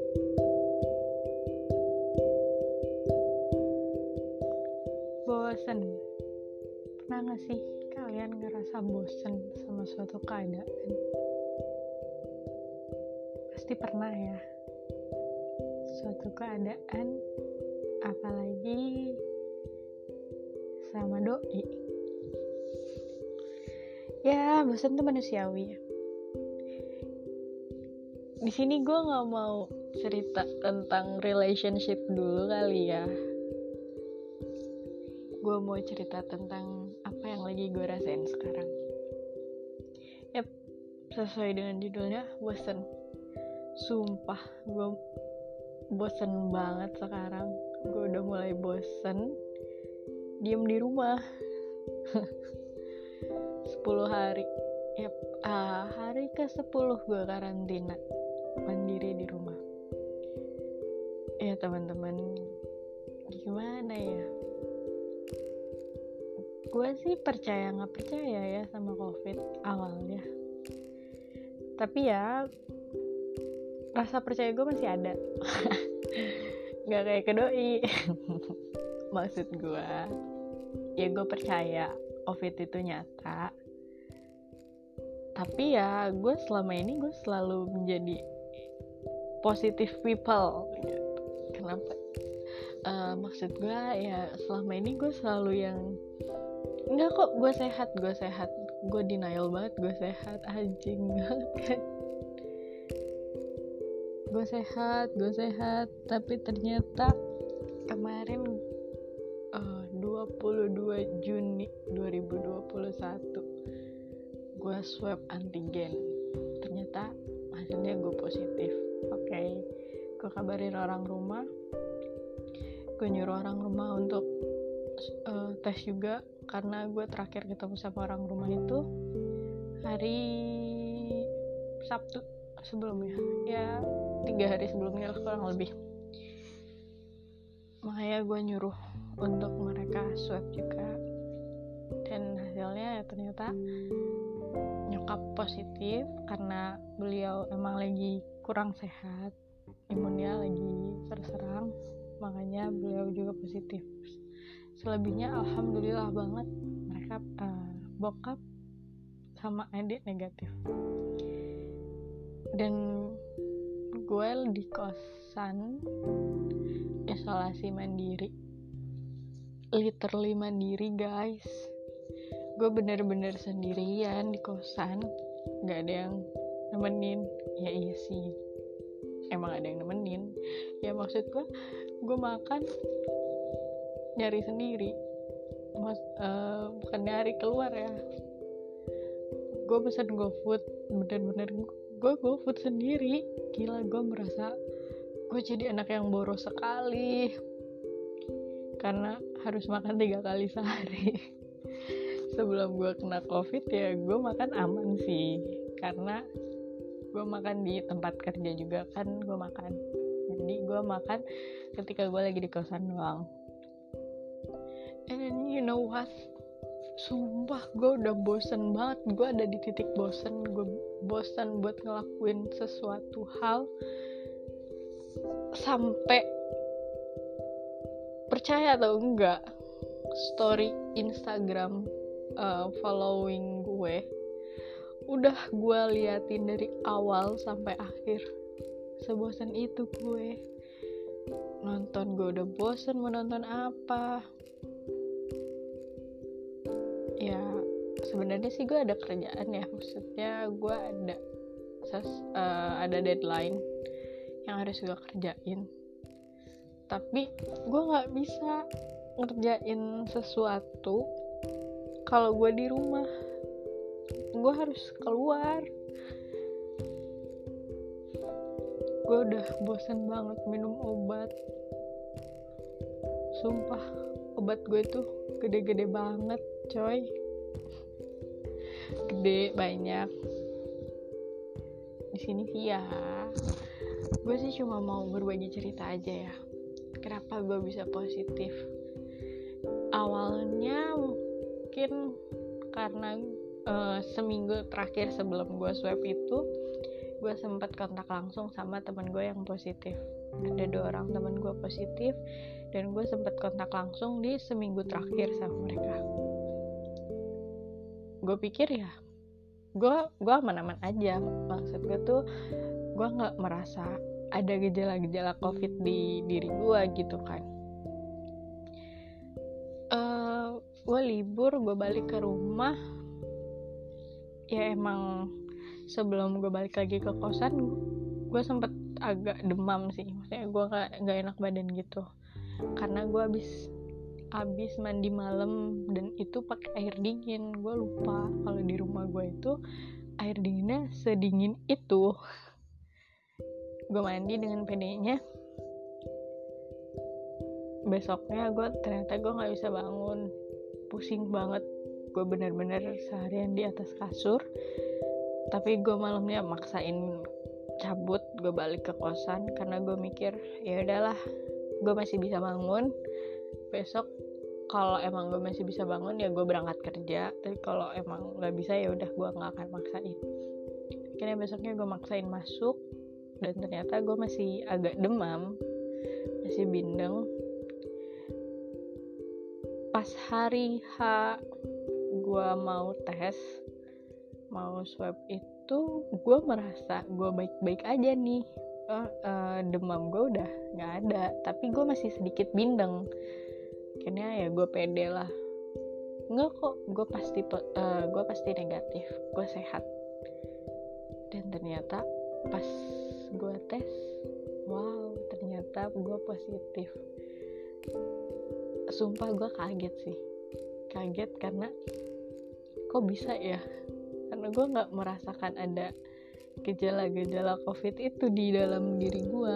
Bosen. Pernah gak sih kalian ngerasa bosen sama suatu keadaan? Pasti pernah ya. Suatu keadaan, apalagi sama doi. Ya, bosen tuh manusiawi. Di sini gue nggak mau cerita tentang relationship dulu kali ya. Gue mau cerita tentang apa yang lagi gue rasain sekarang. Yap, sesuai dengan judulnya, bosen. Sumpah, gue bosen banget sekarang. Gue udah mulai bosen diem di rumah 10 hari. Yap, hari ke-10 gue karantina mandiri di rumah. Ya teman-teman, gimana ya? Gue sih percaya nggak percaya ya sama COVID awalnya. Tapi ya rasa percaya gue masih ada. Nggak kayak ke doi. Maksud gue, ya gue percaya COVID itu nyata. Tapi ya gue selama ini gue selalu menjadi positive people gitu. Kenapa? Maksud gue ya selama ini gue selalu yang enggak kok, gue sehat, gue denial banget, gue sehat, anjing banget kan. Gue sehat, tapi ternyata kemarin 22 Juni 2021 gue swab antigen, ternyata hasilnya gue positif. Oke. Gue kabarin orang rumah, gue nyuruh orang rumah untuk tes juga, karena gue terakhir ketemu sama orang rumah itu hari Sabtu sebelumnya, ya 3 hari sebelumnya kurang lebih. Makanya gue nyuruh untuk mereka swab juga, dan hasilnya ya ternyata nyokap positif karena beliau emang lagi kurang sehat, imunnya lagi terserang, makanya beliau juga positif. Selebihnya alhamdulillah banget, mereka bokap sama adik negatif. Dan gue di kosan isolasi mandiri, literally mandiri guys. Gue bener-bener sendirian di kosan, gak ada yang nemenin. Ya iya sih, emang ada yang nemenin. Ya maksud gue makan nyari sendiri, bukan nyari keluar ya. Gue pesen GoFood, bener-bener gue GoFood sendiri. Gila, gue merasa gue jadi anak yang boros sekali karena harus makan 3 kali sehari. Sebelum gue kena COVID ya gue makan aman sih, karena gue makan di tempat kerja juga kan, gue makan. Jadi gue makan ketika gue lagi di kosan doang. And then you know what? Sumpah gue udah bosen banget. Gue ada di titik bosen. Gue bosen buat ngelakuin sesuatu hal. Sampai percaya atau enggak, story Instagram following gue udah gue liatin dari awal sampai akhir. Sebosan itu gue nonton. Gue udah bosen mau nonton apa. Ya sebenarnya sih gue ada kerjaan ya, maksudnya gue ada deadline yang harus gue kerjain, tapi gue nggak bisa ngerjain sesuatu kalau gue di rumah. Gue harus keluar. Gue udah bosen banget minum obat. Sumpah, obat gue tuh gede-gede banget coy, gede banyak. Di sini sih ya, gue sih cuma mau berbagi cerita aja ya, kenapa gue bisa positif. Awalnya mungkin karena seminggu terakhir sebelum gue swab itu gue sempat kontak langsung sama teman gue yang positif. Ada 2 orang teman gue positif, dan gue sempat kontak langsung di seminggu terakhir sama mereka. Gue pikir ya gue aman-aman aja. Maksud gue tuh gue nggak merasa ada gejala-gejala COVID di diri gue gitu kan. Gue libur, gue balik ke rumah. Ya emang sebelum gue balik lagi ke kosan, gue sempet agak demam sih. Maksudnya gue nggak enak badan gitu, karena gue abis mandi malam, dan itu pakai air dingin. Gue lupa kalau di rumah gue itu air dinginnya sedingin itu. Gue mandi dengan pedenya. Besoknya ternyata gue nggak bisa bangun, pusing banget. Gue bener-bener seharian di atas kasur. Tapi gue malamnya maksain cabut, gue balik ke kosan karena gue mikir ya udahlah, gue masih bisa bangun. Besok kalau emang gue masih bisa bangun ya gue berangkat kerja. Tapi kalau emang nggak bisa ya udah, gue nggak akan maksain. Akhirnya besoknya gue maksain masuk, dan ternyata gue masih agak demam, masih bindeng. Pas hari H gue mau swab itu, gue merasa gue baik-baik aja nih. Demam gue udah nggak ada, tapi gue masih sedikit bindeng. Akhirnya ya gue pede lah, nggak kok, gue pasti negatif, gue sehat. Dan ternyata pas gue tes, wow, ternyata gue positif. Sumpah gue kaget karena kok bisa ya, karena gue nggak merasakan ada gejala-gejala COVID itu di dalam diri gue.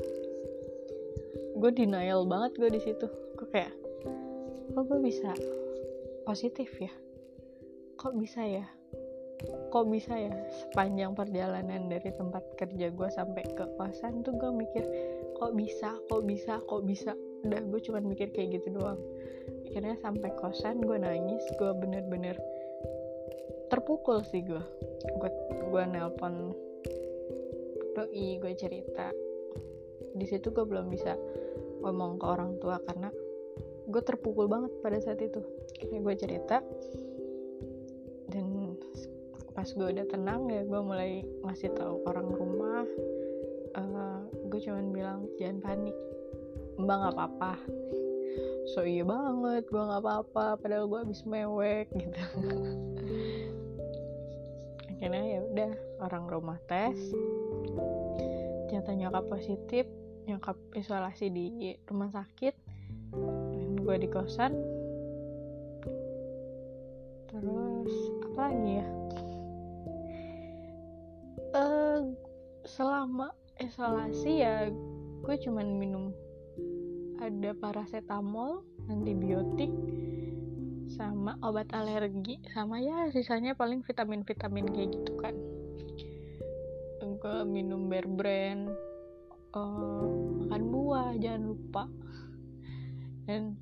Gue denial banget gue di situ. Gue kayak, kok gue bisa positif ya? Kok bisa ya? Sepanjang perjalanan dari tempat kerja gue sampai ke kosan tuh gue mikir, kok bisa? Udah, gue cuma mikir kayak gitu doang. Akhirnya sampai kosan gue nangis, gue bener-bener terpukul sih. Gue nelpon doi, gue cerita. Di situ gue belum bisa ngomong ke orang tua karena gue terpukul banget pada saat itu. Akhirnya gue cerita, dan pas gue udah tenang ya gue mulai ngasih tahu orang rumah. Gue cuman bilang jangan panik, mbak nggak apa-apa. So iya banget, gue nggak apa-apa, padahal gue habis mewek gitu. Akhirnya ya udah, orang rumah tes, ternyata nyokap positif, nyokap isolasi di rumah sakit, dan gue di kosan. Terus apa lagi ya? Selama isolasi ya gue cuman minum ada paracetamol, antibiotik, sama obat alergi, sama ya sisanya paling vitamin kayak gitu kan. Gue minum Bear Brand, makan buah jangan lupa. Dan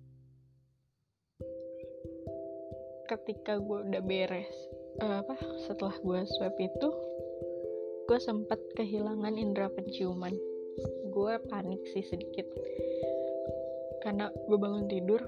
ketika gue udah beres, setelah gue swab itu, gue sempat kehilangan indera penciuman. Gue panik sih sedikit, karena gue bangun tidur,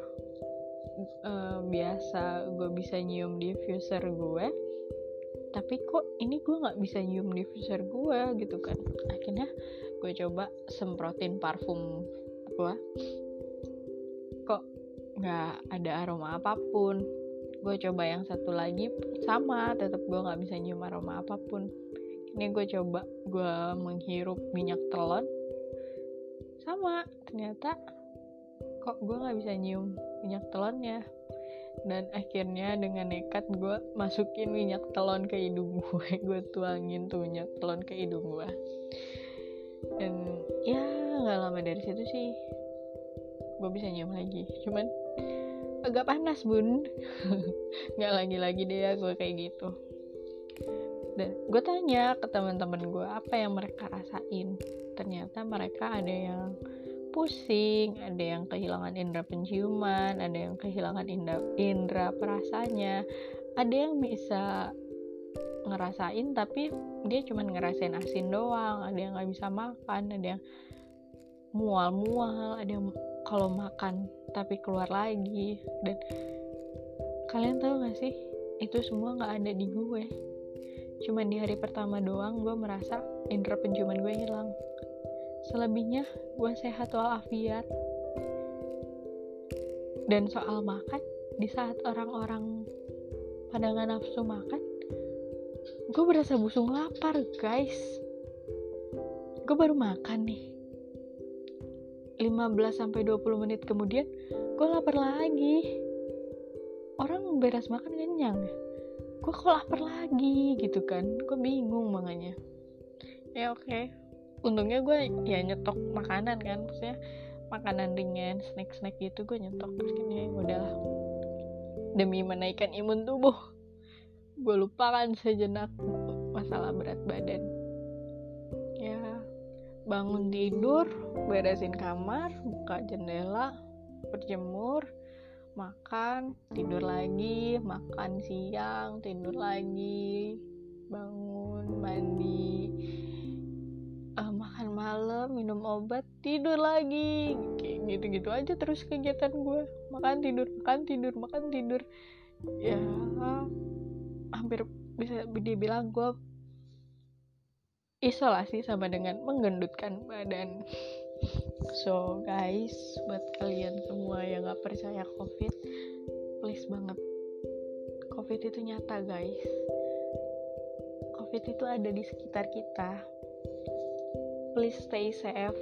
biasa gue bisa nyium diffuser gue, tapi kok ini gue nggak bisa nyium diffuser gue gitu kan. Akhirnya gue coba semprotin parfum gue, kok nggak ada aroma apapun. Gue coba yang satu lagi, sama, tetap gue nggak bisa nyium aroma apapun. Ini gue coba gue menghirup minyak telon, sama, ternyata kok gue nggak bisa nyium minyak telonnya. Dan akhirnya dengan nekat gue masukin minyak telon ke hidung gue tuangin tuh minyak telon ke hidung gue. Dan ya nggak lama dari situ sih gue bisa nyium lagi, cuman agak panas bun. Nggak lagi deh ya gue kayak gitu. Dan gue tanya ke teman-teman gue apa yang mereka rasain. Ternyata mereka ada yang pusing, ada yang kehilangan indera penciuman, ada yang kehilangan indera perasanya, ada yang bisa ngerasain tapi dia cuma ngerasain asin doang, ada yang nggak bisa makan, ada yang mual-mual, ada yang kalau makan tapi keluar lagi. Dan kalian tahu gak sih, itu semua nggak ada di gue. Cuman di hari pertama doang gue merasa indera penciuman gue hilang. Selebihnya gue sehat walafiat. Dan soal makan, di saat orang-orang pada gak nafsu makan, gue berasa busung lapar guys. Gue baru makan nih, 15-20 menit kemudian gue lapar lagi. Orang beres makan kenyang, gue kok lapar lagi gitu kan. Gue bingung makanya. Ya oke. Untungnya gue ya nyetok makanan kan, maksudnya makanan ringan, snack gitu gue nyetok. Terus kan ya udahlah, demi menaikkan imun tubuh gue lupakan sejenak masalah berat badan. Ya bangun tidur, beresin kamar, buka jendela, berjemur, makan, tidur lagi, makan siang, tidur lagi, bangun, mandi, makan malam, minum obat, tidur lagi, kayak gitu-gitu aja terus kegiatan gue. Makan tidur, makan tidur, makan tidur. Ya hampir bisa dibilang gue isolasi sama dengan menggendutkan badan. So guys, buat kalian semua yang gak percaya COVID, please banget, COVID itu nyata guys. COVID itu ada di sekitar kita. Please stay safe.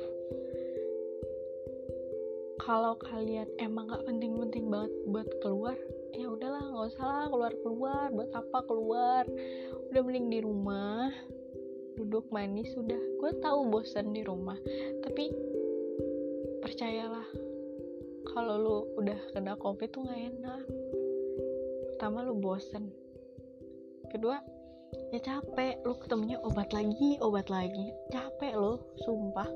Kalau kalian emang gak penting-penting banget buat keluar, ya udahlah, nggak usah lah keluar. Buat apa keluar? Udah mending di rumah, duduk manis. Sudah, gue tahu bosan di rumah, tapi percayalah, kalau lu udah kena COVID tuh nggak enak. Pertama lu bosan, kedua ya capek, lu ketemunya obat lagi, capek lu, sumpah.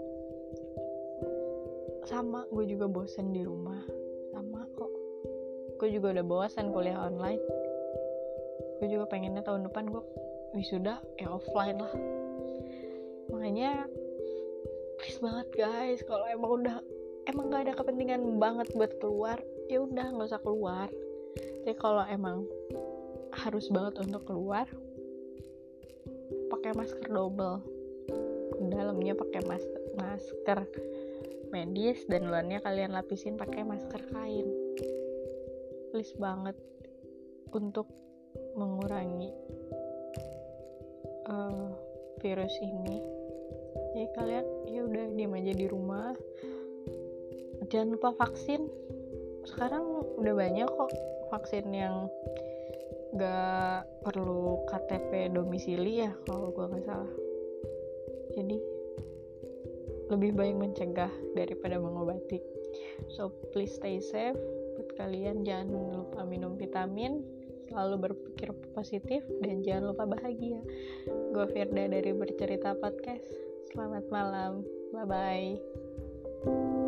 Sama, gue juga bosan di rumah, sama kok. Gue juga udah bosan kuliah online. Gue juga pengennya tahun depan gue wisuda ya offline lah. Makanya please banget guys, kalau emang gak ada kepentingan banget buat keluar, ya udah nggak usah keluar. Tapi kalau emang harus banget untuk keluar, pakai masker double, dalamnya pakai masker medis dan luarnya kalian lapisin pakai masker kain. Please banget, untuk mengurangi virus ini. Jadi kalian ya udah diam aja di rumah. Jangan lupa vaksin. Sekarang udah banyak kok vaksin yang gak perlu KTP domisili ya, kalau gue gak salah. Jadi lebih baik mencegah daripada mengobati. So please stay safe. Buat kalian jangan lupa minum vitamin, selalu berpikir positif, dan jangan lupa bahagia. Gue Firda dari Bercerita Podcast. Selamat malam. Bye bye.